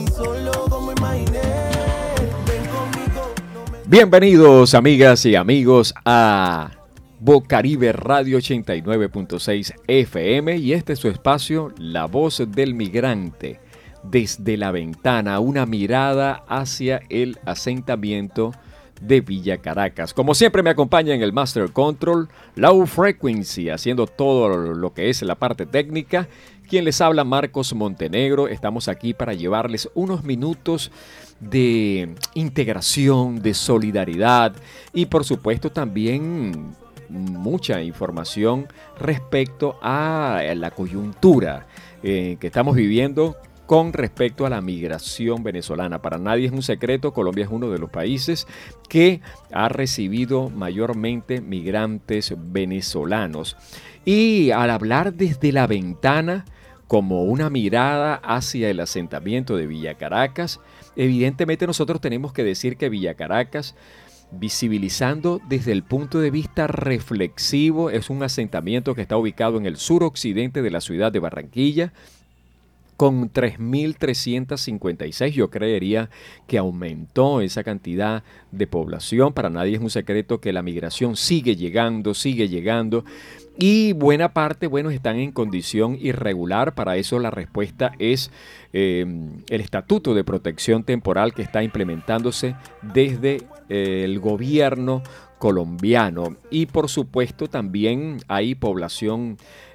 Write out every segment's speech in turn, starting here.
ni solo como imaginé. Ven conmigo. Bienvenidos amigas y amigos a Bocaribe Radio 89.6 FM y este es su espacio, La Voz del Migrante. Desde la ventana, una mirada hacia el asentamiento de Villa Caracas. Como siempre me acompaña en el Master Control, Low Frequency, haciendo todo lo que es la parte técnica. Quien les habla, Marcos Montenegro. Estamos aquí para llevarles unos minutos de integración, de solidaridad y por supuesto también mucha información respecto a la coyuntura que estamos viviendo con respecto a la migración venezolana. Para nadie es un secreto, Colombia es uno de los países que ha recibido mayormente migrantes venezolanos. Y al hablar desde la ventana, como una mirada hacia el asentamiento de Villa Caracas, evidentemente nosotros tenemos que decir que Villa Caracas, visibilizando desde el punto de vista reflexivo, es un asentamiento que está ubicado en el suroccidente de la ciudad de Barranquilla, con 3.356, yo creería que aumentó esa cantidad de población. Para nadie es un secreto que la migración sigue llegando y buena parte, bueno, están en condición irregular. Para eso la respuesta es el Estatuto de Protección Temporal que está implementándose desde el gobierno colombiano. Y por supuesto también hay población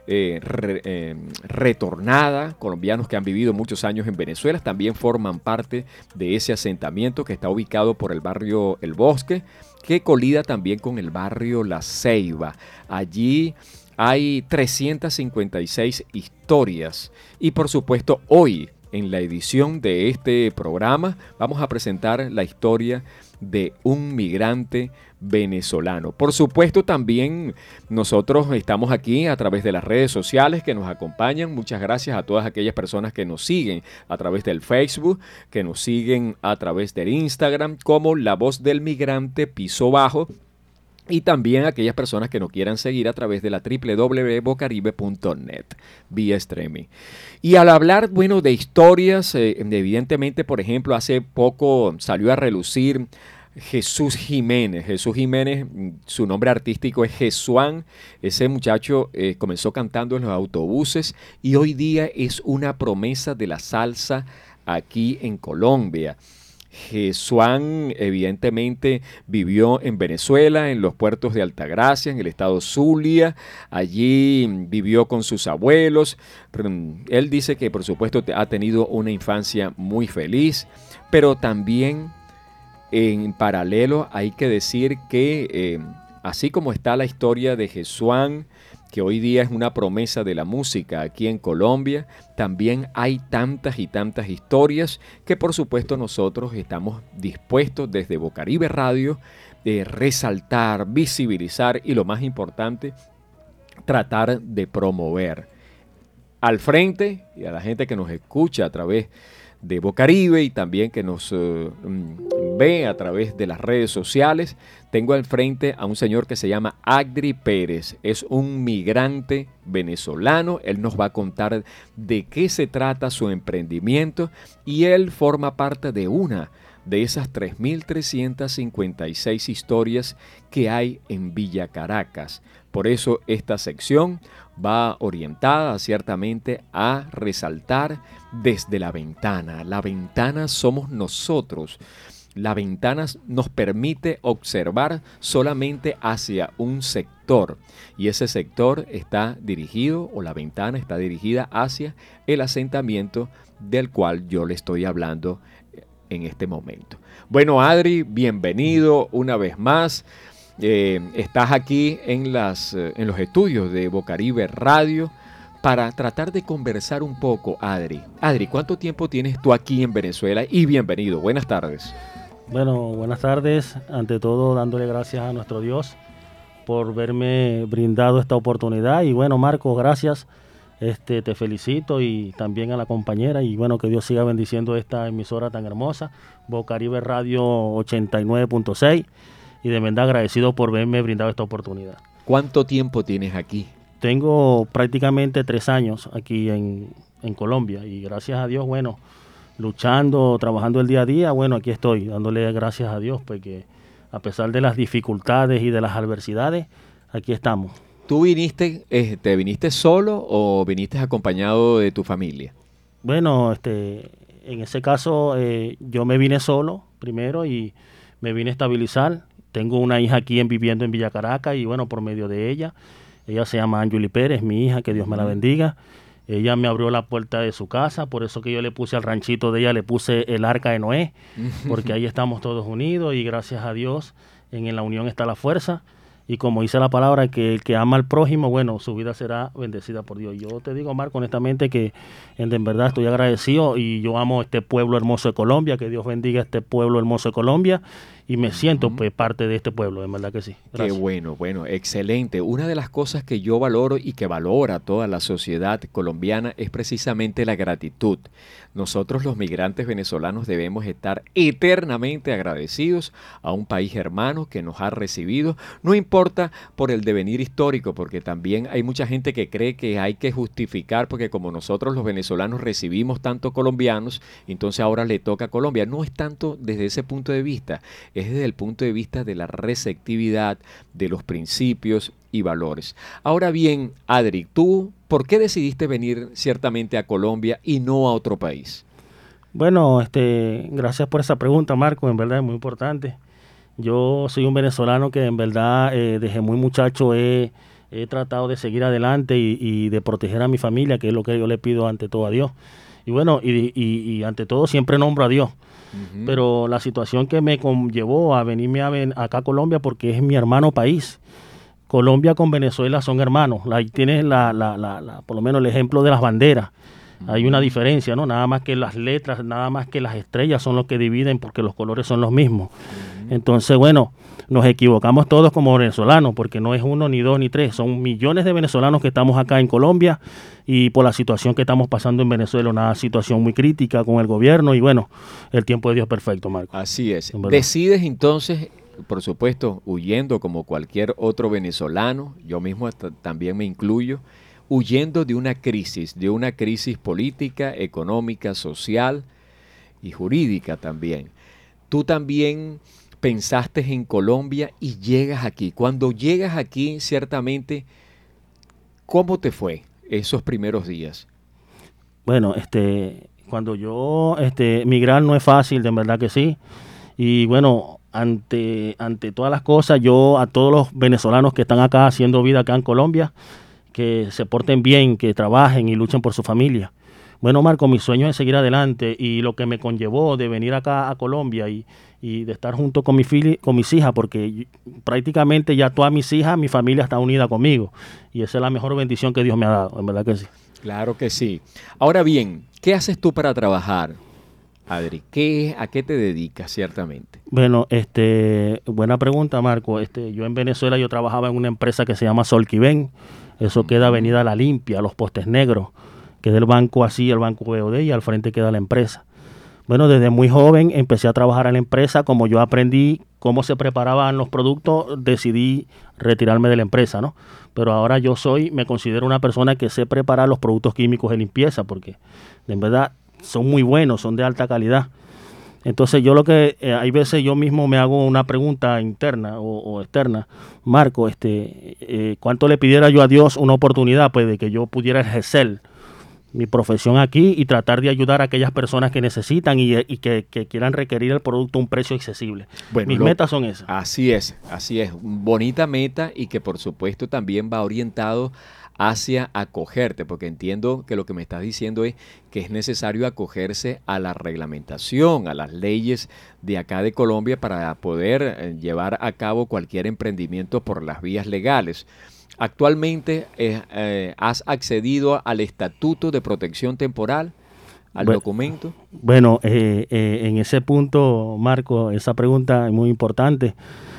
retornada, colombianos que han vivido muchos años en Venezuela, también forman parte de ese asentamiento que está ubicado por el barrio El Bosque, que colida también con el barrio La Ceiba. Allí hay 356 historias y por supuesto hoy en la edición de este programa vamos a presentar la historia de un migrante venezolano. Por supuesto también nosotros estamos aquí a través de las redes sociales que nos acompañan. Muchas gracias a todas aquellas personas que nos siguen a través del Facebook, que nos siguen a través del Instagram como La Voz del Migrante Piso Bajo. Y también aquellas personas que nos quieran seguir a través de la www.bocaribe.net vía streaming. Y al hablar, bueno, de historias, evidentemente, por ejemplo, hace poco salió a relucir Jesús Jiménez. Jesús Jiménez, su nombre artístico es Jesuán. Ese muchacho comenzó cantando en los autobuses y hoy día es una promesa de la salsa aquí en Colombia. Jesuán evidentemente vivió en Venezuela, en los puertos de Altagracia, en el estado Zulia. Allí vivió con sus abuelos. Él dice que por supuesto ha tenido una infancia muy feliz, pero también en paralelo hay que decir que así como está la historia de Jesuán, que hoy día es una promesa de la música aquí en Colombia, también hay tantas y tantas historias que por supuesto nosotros estamos dispuestos desde Bocaribe Radio de resaltar, visibilizar y lo más importante, tratar de promover. Al frente y a la gente que nos escucha a través de Bocaribe y también que nos ve a través de las redes sociales, tengo al frente a un señor que se llama Adri Pérez. Es un migrante venezolano. Él nos va a contar de qué se trata su emprendimiento y él forma parte de una de esas 3.356 historias que hay en Villa Caracas. Por eso esta sección va orientada ciertamente a resaltar desde la ventana. La ventana somos nosotros. La ventana nos permite observar solamente hacia un sector y ese sector está dirigido, o la ventana está dirigida hacia el asentamiento del cual yo le estoy hablando en este momento. Bueno, Adri, bienvenido una vez más. Estás aquí en los estudios de Bocaribe Radio para tratar de conversar un poco, Adri. Adri, ¿cuánto tiempo tienes tú aquí en Venezuela? Y bienvenido, buenas tardes. Bueno, buenas tardes. Ante todo, dándole gracias a nuestro Dios por verme brindado esta oportunidad. Y bueno, Marco, gracias. Te felicito y también a la compañera. Y bueno, que Dios siga bendiciendo esta emisora tan hermosa, Bocaribe Radio 89.6. Y de verdad agradecido por verme brindado esta oportunidad. ¿Cuánto tiempo tienes aquí? Tengo prácticamente 3 años aquí en Colombia. Y gracias a Dios, bueno, luchando, trabajando el día a día. Bueno, aquí estoy, dándole gracias a Dios, porque a pesar de las dificultades y de las adversidades, aquí estamos. ¿Tú te viniste solo o viniste acompañado de tu familia? Bueno, en ese caso yo me vine solo primero y me vine a estabilizar. Tengo una hija aquí viviendo en Villa Caracas y bueno, por medio de ella se llama Anjuli Pérez, mi hija, que Dios me la bendiga. Ella me abrió la puerta de su casa, por eso que yo le puse al ranchito de ella, le puse el Arca de Noé, porque ahí estamos todos unidos y gracias a Dios en la unión está la fuerza. Y como dice la palabra, que el que ama al prójimo, bueno, su vida será bendecida por Dios. Yo te digo, Marco, honestamente que en verdad estoy agradecido y yo amo este pueblo hermoso de Colombia, que Dios bendiga este pueblo hermoso de Colombia y me siento pues parte de este pueblo, en verdad que sí. Gracias. Qué bueno, excelente. Una de las cosas que yo valoro y que valora toda la sociedad colombiana es precisamente la gratitud. Nosotros los migrantes venezolanos debemos estar eternamente agradecidos a un país hermano que nos ha recibido, no importa por el devenir histórico, porque también hay mucha gente que cree que hay que justificar, porque como nosotros los venezolanos recibimos tanto colombianos, entonces ahora le toca a Colombia. No es tanto desde ese punto de vista, es desde el punto de vista de la receptividad, de los principios y valores. Ahora bien, Adri, ¿tú por qué decidiste venir ciertamente a Colombia y no a otro país? Bueno, gracias por esa pregunta, Marco, en verdad es muy importante. Yo soy un venezolano que en verdad desde muy muchacho he tratado de seguir adelante y de proteger a mi familia, que es lo que yo le pido ante todo a Dios. Y bueno, y ante todo siempre nombro a Dios. Pero la situación que me conllevó a venirme acá a Colombia porque es mi hermano país. Colombia con Venezuela son hermanos. Ahí tienes por lo menos el ejemplo de las banderas. Hay una diferencia, ¿no? Nada más que las letras, nada más que las estrellas son los que dividen porque los colores son los mismos. Entonces, bueno, nos equivocamos todos como venezolanos porque no es uno, ni dos, ni tres. Son millones de venezolanos que estamos acá en Colombia y por la situación que estamos pasando en Venezuela, una situación muy crítica con el gobierno y bueno, el tiempo de Dios perfecto, Marco. Así es. Decides entonces, por supuesto, huyendo como cualquier otro venezolano, yo mismo también me incluyo, huyendo de una crisis política, económica, social y jurídica también. Tú también pensaste en Colombia y llegas aquí. Cuando llegas aquí, ciertamente, ¿cómo te fue esos primeros días? Bueno, cuando yo migrar no es fácil, de verdad que sí. Y bueno, ante todas las cosas, yo a todos los venezolanos que están acá haciendo vida acá en Colombia, que se porten bien, que trabajen y luchen por su familia. Bueno, Marco, mi sueño es seguir adelante y lo que me conllevó de venir acá a Colombia y de estar junto con mis hijas, porque prácticamente ya todas mis hijas, mi familia está unida conmigo y esa es la mejor bendición que Dios me ha dado, en verdad que sí. Claro que sí. Ahora bien, ¿qué haces tú para trabajar, Adri? ¿A qué te dedicas ciertamente? Bueno, buena pregunta, Marco. Yo en Venezuela yo trabajaba en una empresa que se llama Solquiven. Eso queda Avenida La Limpia, Los Postes Negros, que es el banco así, el banco BOD, y al frente queda la empresa. Bueno, desde muy joven empecé a trabajar en la empresa. Como yo aprendí cómo se preparaban los productos, decidí retirarme de la empresa, ¿no? Pero ahora me considero una persona que sé preparar los productos químicos de limpieza, porque en verdad son muy buenos, son de alta calidad. Entonces hay veces yo mismo me hago una pregunta interna o externa, Marco, ¿cuánto le pidiera yo a Dios una oportunidad pues de que yo pudiera ejercer mi profesión aquí y tratar de ayudar a aquellas personas que necesitan y que quieran requerir el producto a un precio accesible? Bueno, mis metas son esas. Así es, bonita meta y que por supuesto también va orientado hacia acogerte, porque entiendo que lo que me estás diciendo es que es necesario acogerse a la reglamentación, a las leyes de acá de Colombia para poder llevar a cabo cualquier emprendimiento por las vías legales. Actualmente has accedido al Estatuto de Protección Temporal, al documento. Bueno, en ese punto, Marco, esa pregunta es muy importante.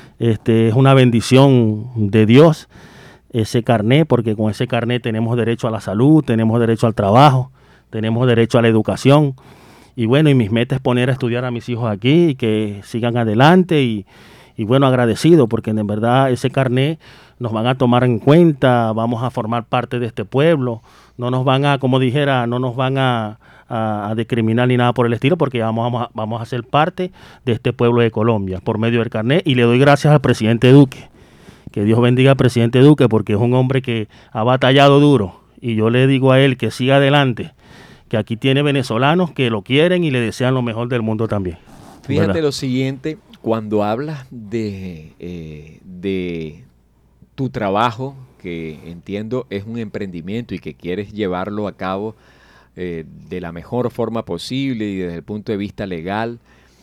Es una bendición de Dios ese carnet, porque con ese carnet tenemos derecho a la salud, tenemos derecho al trabajo, tenemos derecho a la educación. Y bueno, y mis metas es poner a estudiar a mis hijos aquí y que sigan adelante y bueno, agradecido porque en verdad ese carnet nos van a tomar en cuenta, vamos a formar parte de este pueblo, no nos van a, como dijera, no nos van a a discriminar ni nada por el estilo, porque vamos a ser parte de este pueblo de Colombia por medio del carnet. Y le doy gracias al presidente Duque. Que Dios bendiga al presidente Duque, porque es un hombre que ha batallado duro. Y yo le digo a él que siga adelante, que aquí tiene venezolanos que lo quieren y le desean lo mejor del mundo también. Fíjate ¿Verdad? lo siguiente, cuando hablas de tu trabajo, que entiendo es un emprendimiento y que quieres llevarlo a cabo de la mejor forma posible y desde el punto de vista legal,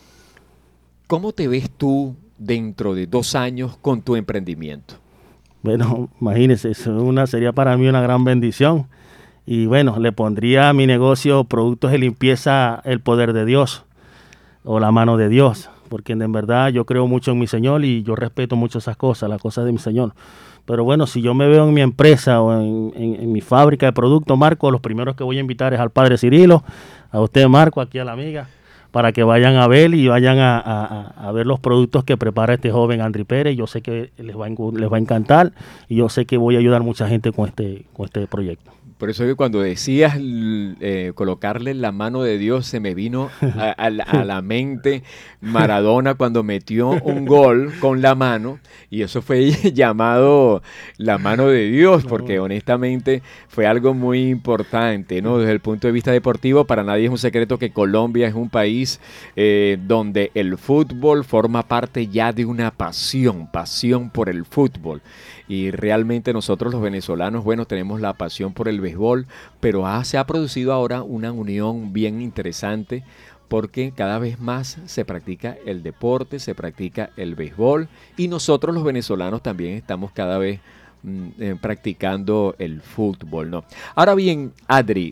¿cómo te ves tú dentro de 2 años con tu emprendimiento? Bueno, imagínese, sería para mí una gran bendición. Y bueno, le pondría a mi negocio productos de limpieza el poder de Dios o la mano de Dios, porque en verdad yo creo mucho en mi Señor y yo respeto mucho esas cosas, las cosas de mi Señor. Pero bueno, si yo me veo en mi empresa o en mi fábrica de productos, Marco, los primeros que voy a invitar es al padre Cirilo, a usted, Marco, aquí a la amiga, para que vayan a ver y vayan a ver los productos que prepara este joven Andri Pérez. Yo sé que les va a encantar y yo sé que voy a ayudar a mucha gente con este proyecto. Por eso que cuando decías colocarle la mano de Dios, se me vino a la mente Maradona cuando metió un gol con la mano, y eso fue llamado la mano de Dios, porque honestamente fue algo muy importante, ¿no? Desde el punto de vista deportivo, para nadie es un secreto que Colombia es un país donde el fútbol forma parte ya de una pasión por el fútbol. Y realmente nosotros los venezolanos, bueno, tenemos la pasión por el béisbol, pero se ha producido ahora una unión bien interesante porque cada vez más se practica el deporte, se practica el béisbol y nosotros los venezolanos también estamos cada vez practicando el fútbol, ¿no? Ahora bien, Adri,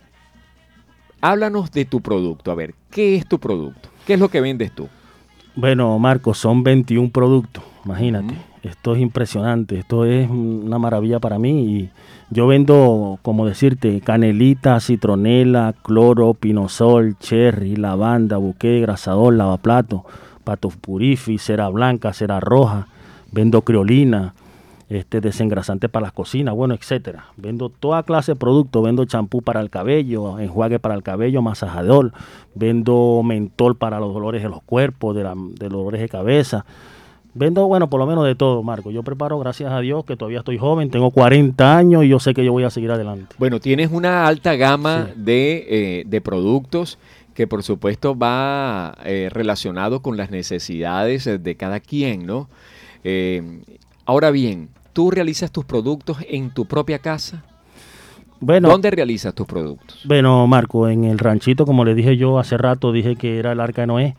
háblanos de tu producto. A ver, ¿qué es tu producto? ¿Qué es lo que vendes tú? Bueno, Marcos, son 21 productos, imagínate. Esto es impresionante, esto es una maravilla para mí. Y yo vendo, como decirte, canelita, citronela, cloro, pinosol, cherry, lavanda, buque, grasador, lavaplato, patos purifi, cera blanca, cera roja. Vendo criolina, desengrasante para las cocinas, bueno, etcétera. Vendo toda clase de productos, vendo champú para el cabello, enjuague para el cabello, masajador, vendo mentol para los dolores de los cuerpos, de los dolores de cabeza. Vendo, bueno, por lo menos de todo, Marco. Yo preparo, gracias a Dios, que todavía estoy joven, tengo 40 años y yo sé que yo voy a seguir adelante. Bueno, tienes una alta gama de productos que por supuesto va relacionado con las necesidades de cada quien, ¿no? Ahora bien, ¿tú realizas tus productos en tu propia casa? Bueno, ¿Dónde realizas tus productos? Bueno, Marco, en el ranchito, como le dije yo hace rato, dije que era el Arca de Noé,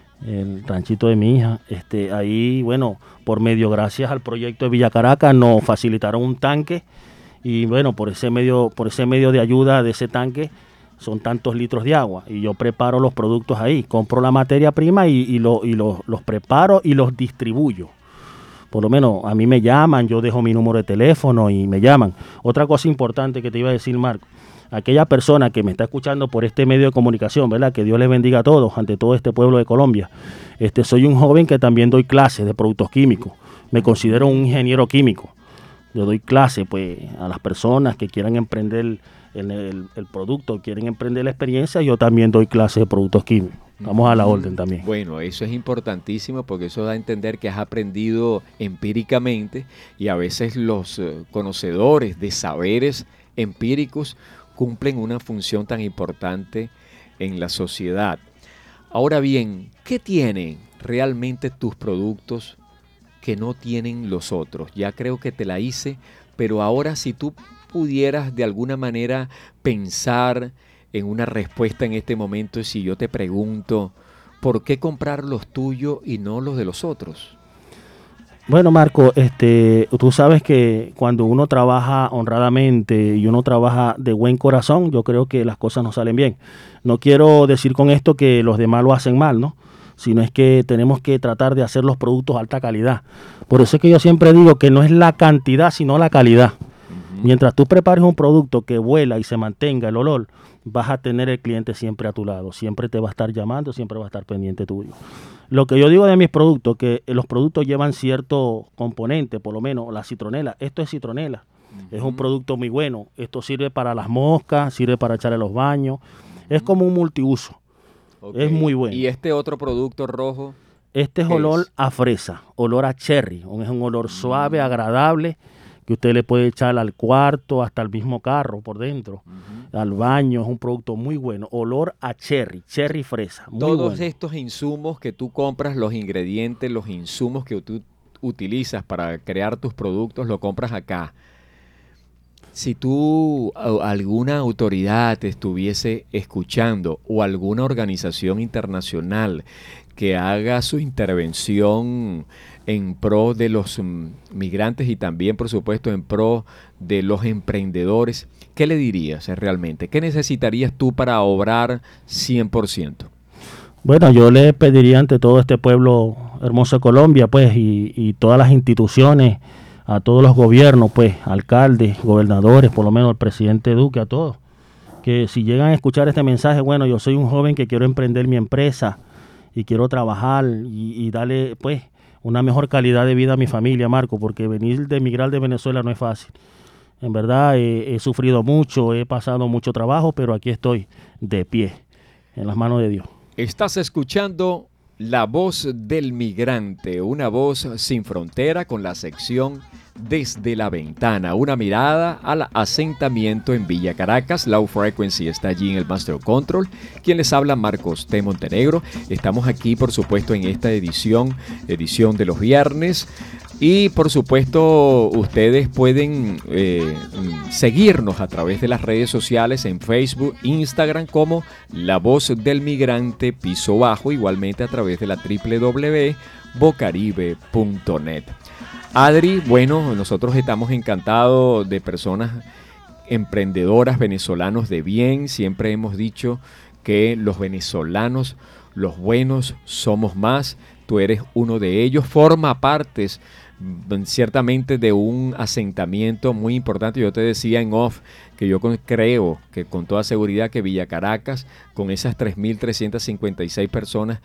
el ranchito de mi hija. Ahí, bueno, por medio, gracias al proyecto de Villa Caracas, nos facilitaron un tanque y bueno, por ese medio de ayuda de ese tanque son tantos litros de agua y yo preparo los productos ahí, compro la materia prima y los preparo y los distribuyo. Por lo menos a mí me llaman, yo dejo mi número de teléfono y me llaman. Otra cosa importante que te iba a decir, Marco, aquella persona que me está escuchando por este medio de comunicación, ¿verdad? Que Dios les bendiga a todos, ante todo este pueblo de Colombia. Soy un joven que también doy clases de productos químicos. Me considero un ingeniero químico. Yo doy clases pues, a las personas que quieran emprender el producto, quieren emprender la experiencia. Yo también doy clases de productos químicos. Vamos a la orden también. Bueno, eso es importantísimo porque eso da a entender que has aprendido empíricamente y a veces los conocedores de saberes empíricos cumplen una función tan importante en la sociedad. Ahora bien, ¿qué tienen realmente tus productos que no tienen los otros? Ya creo que te la hice, pero ahora si tú pudieras de alguna manera pensar en una respuesta en este momento, si yo te pregunto, ¿por qué comprar los tuyos y no los de los otros? Bueno, Marco, tú sabes que cuando uno trabaja honradamente y uno trabaja de buen corazón, yo creo que las cosas nos salen bien. No quiero decir con esto que los demás lo hacen mal, ¿no? Sino es que tenemos que tratar de hacer los productos de alta calidad. Por eso es que yo siempre digo que no es la cantidad, sino la calidad. Mientras tú prepares un producto que vuela y se mantenga el olor, vas a tener el cliente siempre a tu lado, siempre te va a estar llamando, siempre va a estar pendiente tuyo. Lo que yo digo de mis productos, que los productos llevan cierto componente, por lo menos la citronela, esto es citronela, es un producto muy bueno, esto sirve para las moscas, sirve para echarle a los baños, Es como un multiuso. Ok. Es muy bueno. ¿Y este otro producto rojo? Este es ¿Qué olor es? a fresa, olor a cherry. Es un olor suave, agradable, que usted le puede echar al cuarto, hasta al mismo carro por dentro, al baño. Es un producto muy bueno. Olor a cherry fresa. Muy Todos bueno. estos insumos que tú compras, los ingredientes, los insumos que tú utilizas para crear tus productos, lo compras acá. Si tú, alguna autoridad te estuviese escuchando o alguna organización internacional que haga su intervención en pro de los migrantes y también, por supuesto, en pro de los emprendedores, ¿qué le dirías realmente? ¿Qué necesitarías tú para obrar 100%? Bueno, yo le pediría ante todo este pueblo hermoso de Colombia, pues, y todas las instituciones, a todos los gobiernos, pues, alcaldes, gobernadores, por lo menos el presidente Duque, a todos, que si llegan a escuchar este mensaje, bueno, yo soy un joven que quiero emprender mi empresa y quiero trabajar y darle, pues, una mejor calidad de vida a mi familia, Marco, porque venir de emigrar de Venezuela no es fácil. En verdad, he sufrido mucho, he pasado mucho trabajo, pero aquí estoy de pie, en las manos de Dios. Estás escuchando La Voz del Migrante, una voz sin frontera con la sección Desde la Ventana, una mirada al asentamiento en Villa Caracas. Low Frequency está allí en el Master Control. Quien les habla, Marcos T. Montenegro. Estamos aquí, por supuesto, en esta edición de los viernes. Y por supuesto, ustedes pueden seguirnos a través de las redes sociales en Facebook, Instagram como La Voz del Migrante Piso Bajo, igualmente a través de la www.bocaribe.net. Adri, bueno, nosotros estamos encantados de personas emprendedoras, venezolanos de bien. Siempre hemos dicho que los venezolanos, los buenos, somos más. Tú eres uno de ellos, forma partes ciertamente de un asentamiento muy importante. Yo te decía en off que yo creo que con toda seguridad que Villa Caracas, con esas 3.356 personas,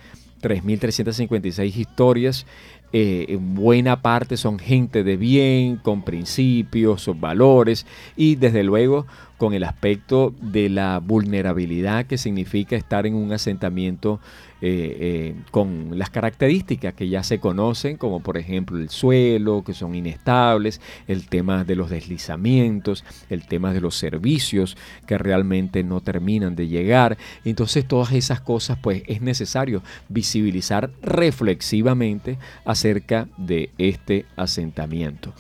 3.356 historias, en buena parte son gente de bien, con principios, son valores y desde luego con el aspecto de la vulnerabilidad que significa estar en un asentamiento con las características que ya se conocen, como por ejemplo el suelo, que son inestables, el tema de los deslizamientos, el tema de los servicios que realmente no terminan de llegar. Entonces todas esas cosas pues es necesario visibilizar reflexivamente acerca de este asentamiento.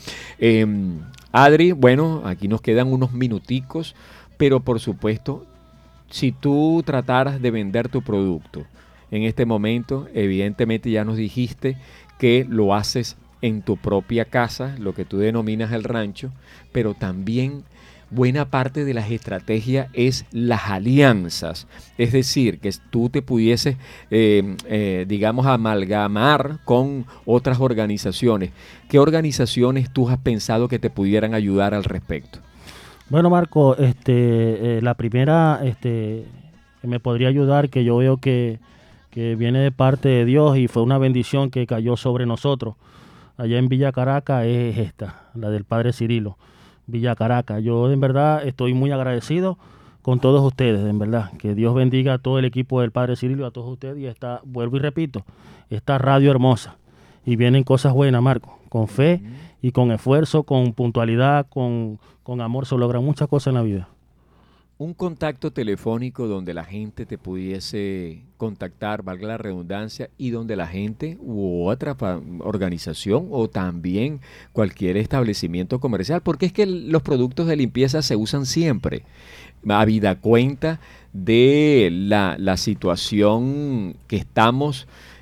Adri, bueno, aquí nos quedan unos minuticos, pero por supuesto, si tú trataras de vender tu producto en este momento, evidentemente ya nos dijiste que lo haces en tu propia casa, lo que tú denominas el rancho, pero también buena parte de las estrategias es las alianzas, es decir, que tú te pudieses, digamos, amalgamar con otras organizaciones. ¿Qué organizaciones tú has pensado que te pudieran ayudar al respecto? Bueno, Marco, la primera que me podría ayudar, que yo veo que viene de parte de Dios y fue una bendición que cayó sobre nosotros allá en Villa Caracas, es esta, la del Padre Cirilo, Villa Caracas. Yo en verdad estoy muy agradecido con todos ustedes, en verdad. Que Dios bendiga a todo el equipo del Padre Cirilo, a todos ustedes, y vuelvo y repito, esta radio hermosa. Y vienen cosas buenas, Marco, con fe y con esfuerzo, con puntualidad, con amor, se logran muchas cosas en la vida. Un contacto telefónico donde la gente te pudiese contactar, valga la redundancia, y donde la gente u otra organización o también cualquier establecimiento comercial, porque es que los productos de limpieza se usan siempre, habida cuenta de la situación que estamos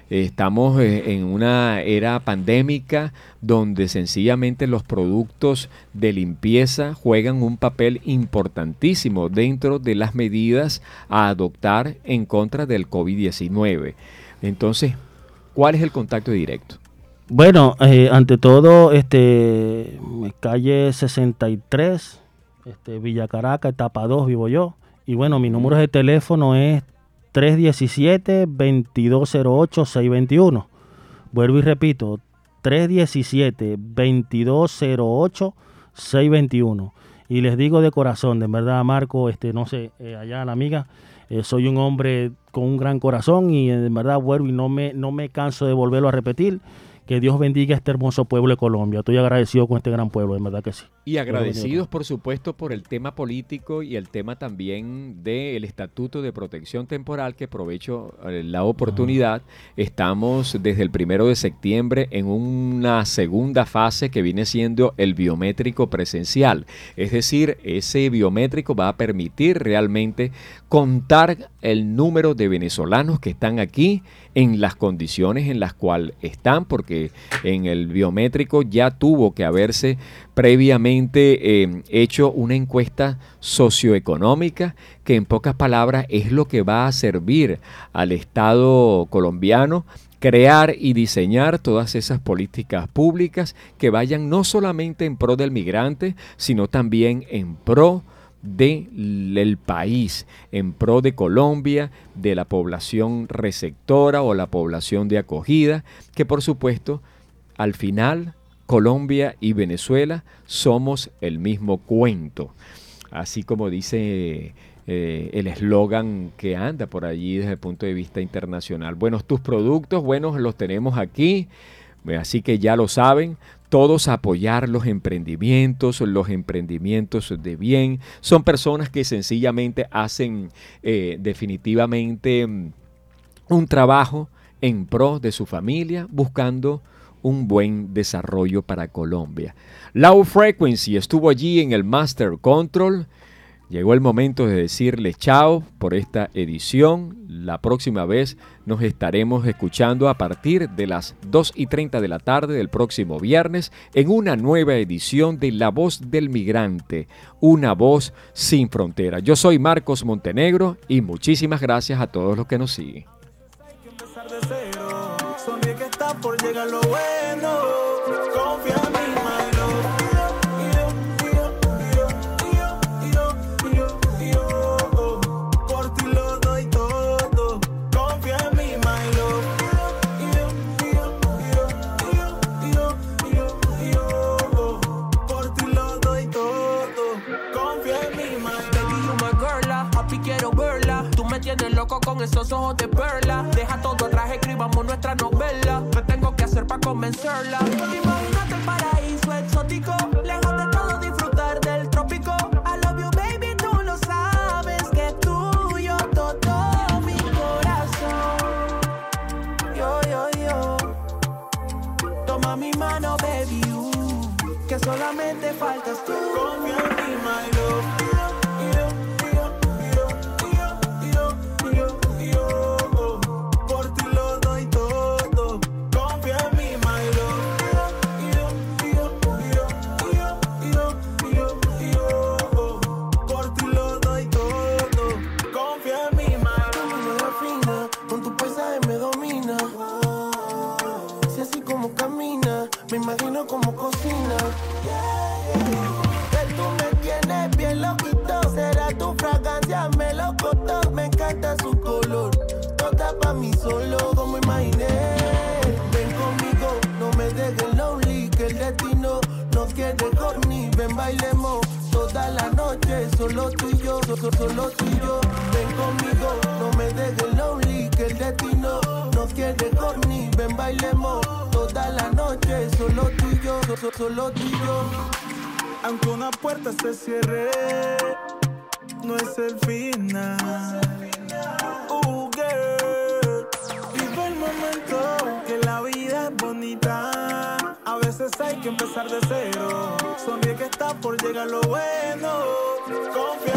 en una era pandémica donde sencillamente los productos de limpieza juegan un papel importantísimo dentro de las medidas a adoptar en contra del COVID-19. Entonces, ¿cuál es el contacto directo? Bueno, ante todo, calle 63, Villa Caracas, etapa 2, vivo yo. Y bueno, mi número de teléfono es 317-2208-621. Vuelvo y repito, 317-2208-621. Y les digo de corazón, de verdad, Marco, no sé, allá la amiga, soy un hombre con un gran corazón y en verdad vuelvo y no me canso de volverlo a repetir. Que Dios bendiga a este hermoso pueblo de Colombia. Estoy agradecido con este gran pueblo, en verdad que sí. Y agradecidos, por supuesto, por el tema político y el tema también del Estatuto de Protección Temporal, que aprovecho la oportunidad. Estamos desde el 1 de septiembre en una segunda fase que viene siendo el biométrico presencial. Es decir, ese biométrico va a permitir realmente contar el número de venezolanos que están aquí en las condiciones en las cuales están, porque en el biométrico ya tuvo que haberse previamente hecho una encuesta socioeconómica, que en pocas palabras es lo que va a servir al Estado colombiano crear y diseñar todas esas políticas públicas que vayan no solamente en pro del migrante, sino también en pro del país, en pro de Colombia, de la población receptora o la población de acogida, que por supuesto al final Colombia y Venezuela somos el mismo cuento, así como dice el eslogan que anda por allí desde el punto de vista internacional. Bueno, tus productos, buenos, los tenemos aquí, así que ya lo saben. Todos apoyar los emprendimientos de bien. Son personas que sencillamente hacen definitivamente un trabajo en pro de su familia, buscando un buen desarrollo para Colombia. Low Frequency estuvo allí en el Master Control. Llegó el momento de decirle chao por esta edición. La próxima vez nos estaremos escuchando a partir de las 2:30 de la tarde del próximo viernes en una nueva edición de La Voz del Migrante, una voz sin frontera. Yo soy Marcos Montenegro y muchísimas gracias a todos los que nos siguen. Hay que empezar de cero. Sonríe que está por llegar lo bueno. Confía en mí, my love. Por ti lo doy todo. Confía en mí, my love. Por ti lo doy todo. Confía en mí, my love. Baby, you my girl, papi quiero verla. Tú me tienes loco con esos ojos de perla. Deja todo atrás, escribamos nuestra novela. ¿Qué tengo que hacer para convencerla? Imagínate el paraíso exótico, lejos de todo disfrutar del trópico. I love you, baby, tú lo sabes que es tuyo todo mi corazón. Yo. Toma mi mano, baby, que solamente faltas tú. Confía en mí, my love. Por ti lo doy todo. Confía en mí, my love. Por ti lo doy todo. Confía en mí, my Tú me refina, con tu paisaje me domina. Si así como camina, me imagino como cocina. Que tú me tienes bien loquito. Será tu fragancia, me lo costó. Me encanta su color, toda pa' mí solo, como imaginé. Ven conmigo, no me dejes lonely, que el destino nos quiere horny. Ven, bailemos toda la noche, solo tú y yo, solo tú y yo. Ven conmigo, no me dejes lonely, que el destino nos quiere horny. Ven, bailemos toda la noche, solo tú y yo, solo tú y yo. Aunque una puerta se cierre, no es el final. Girl, vive el momento, que la vida es bonita. A veces hay que empezar de cero. Sonríe que está por llegar lo bueno. Confía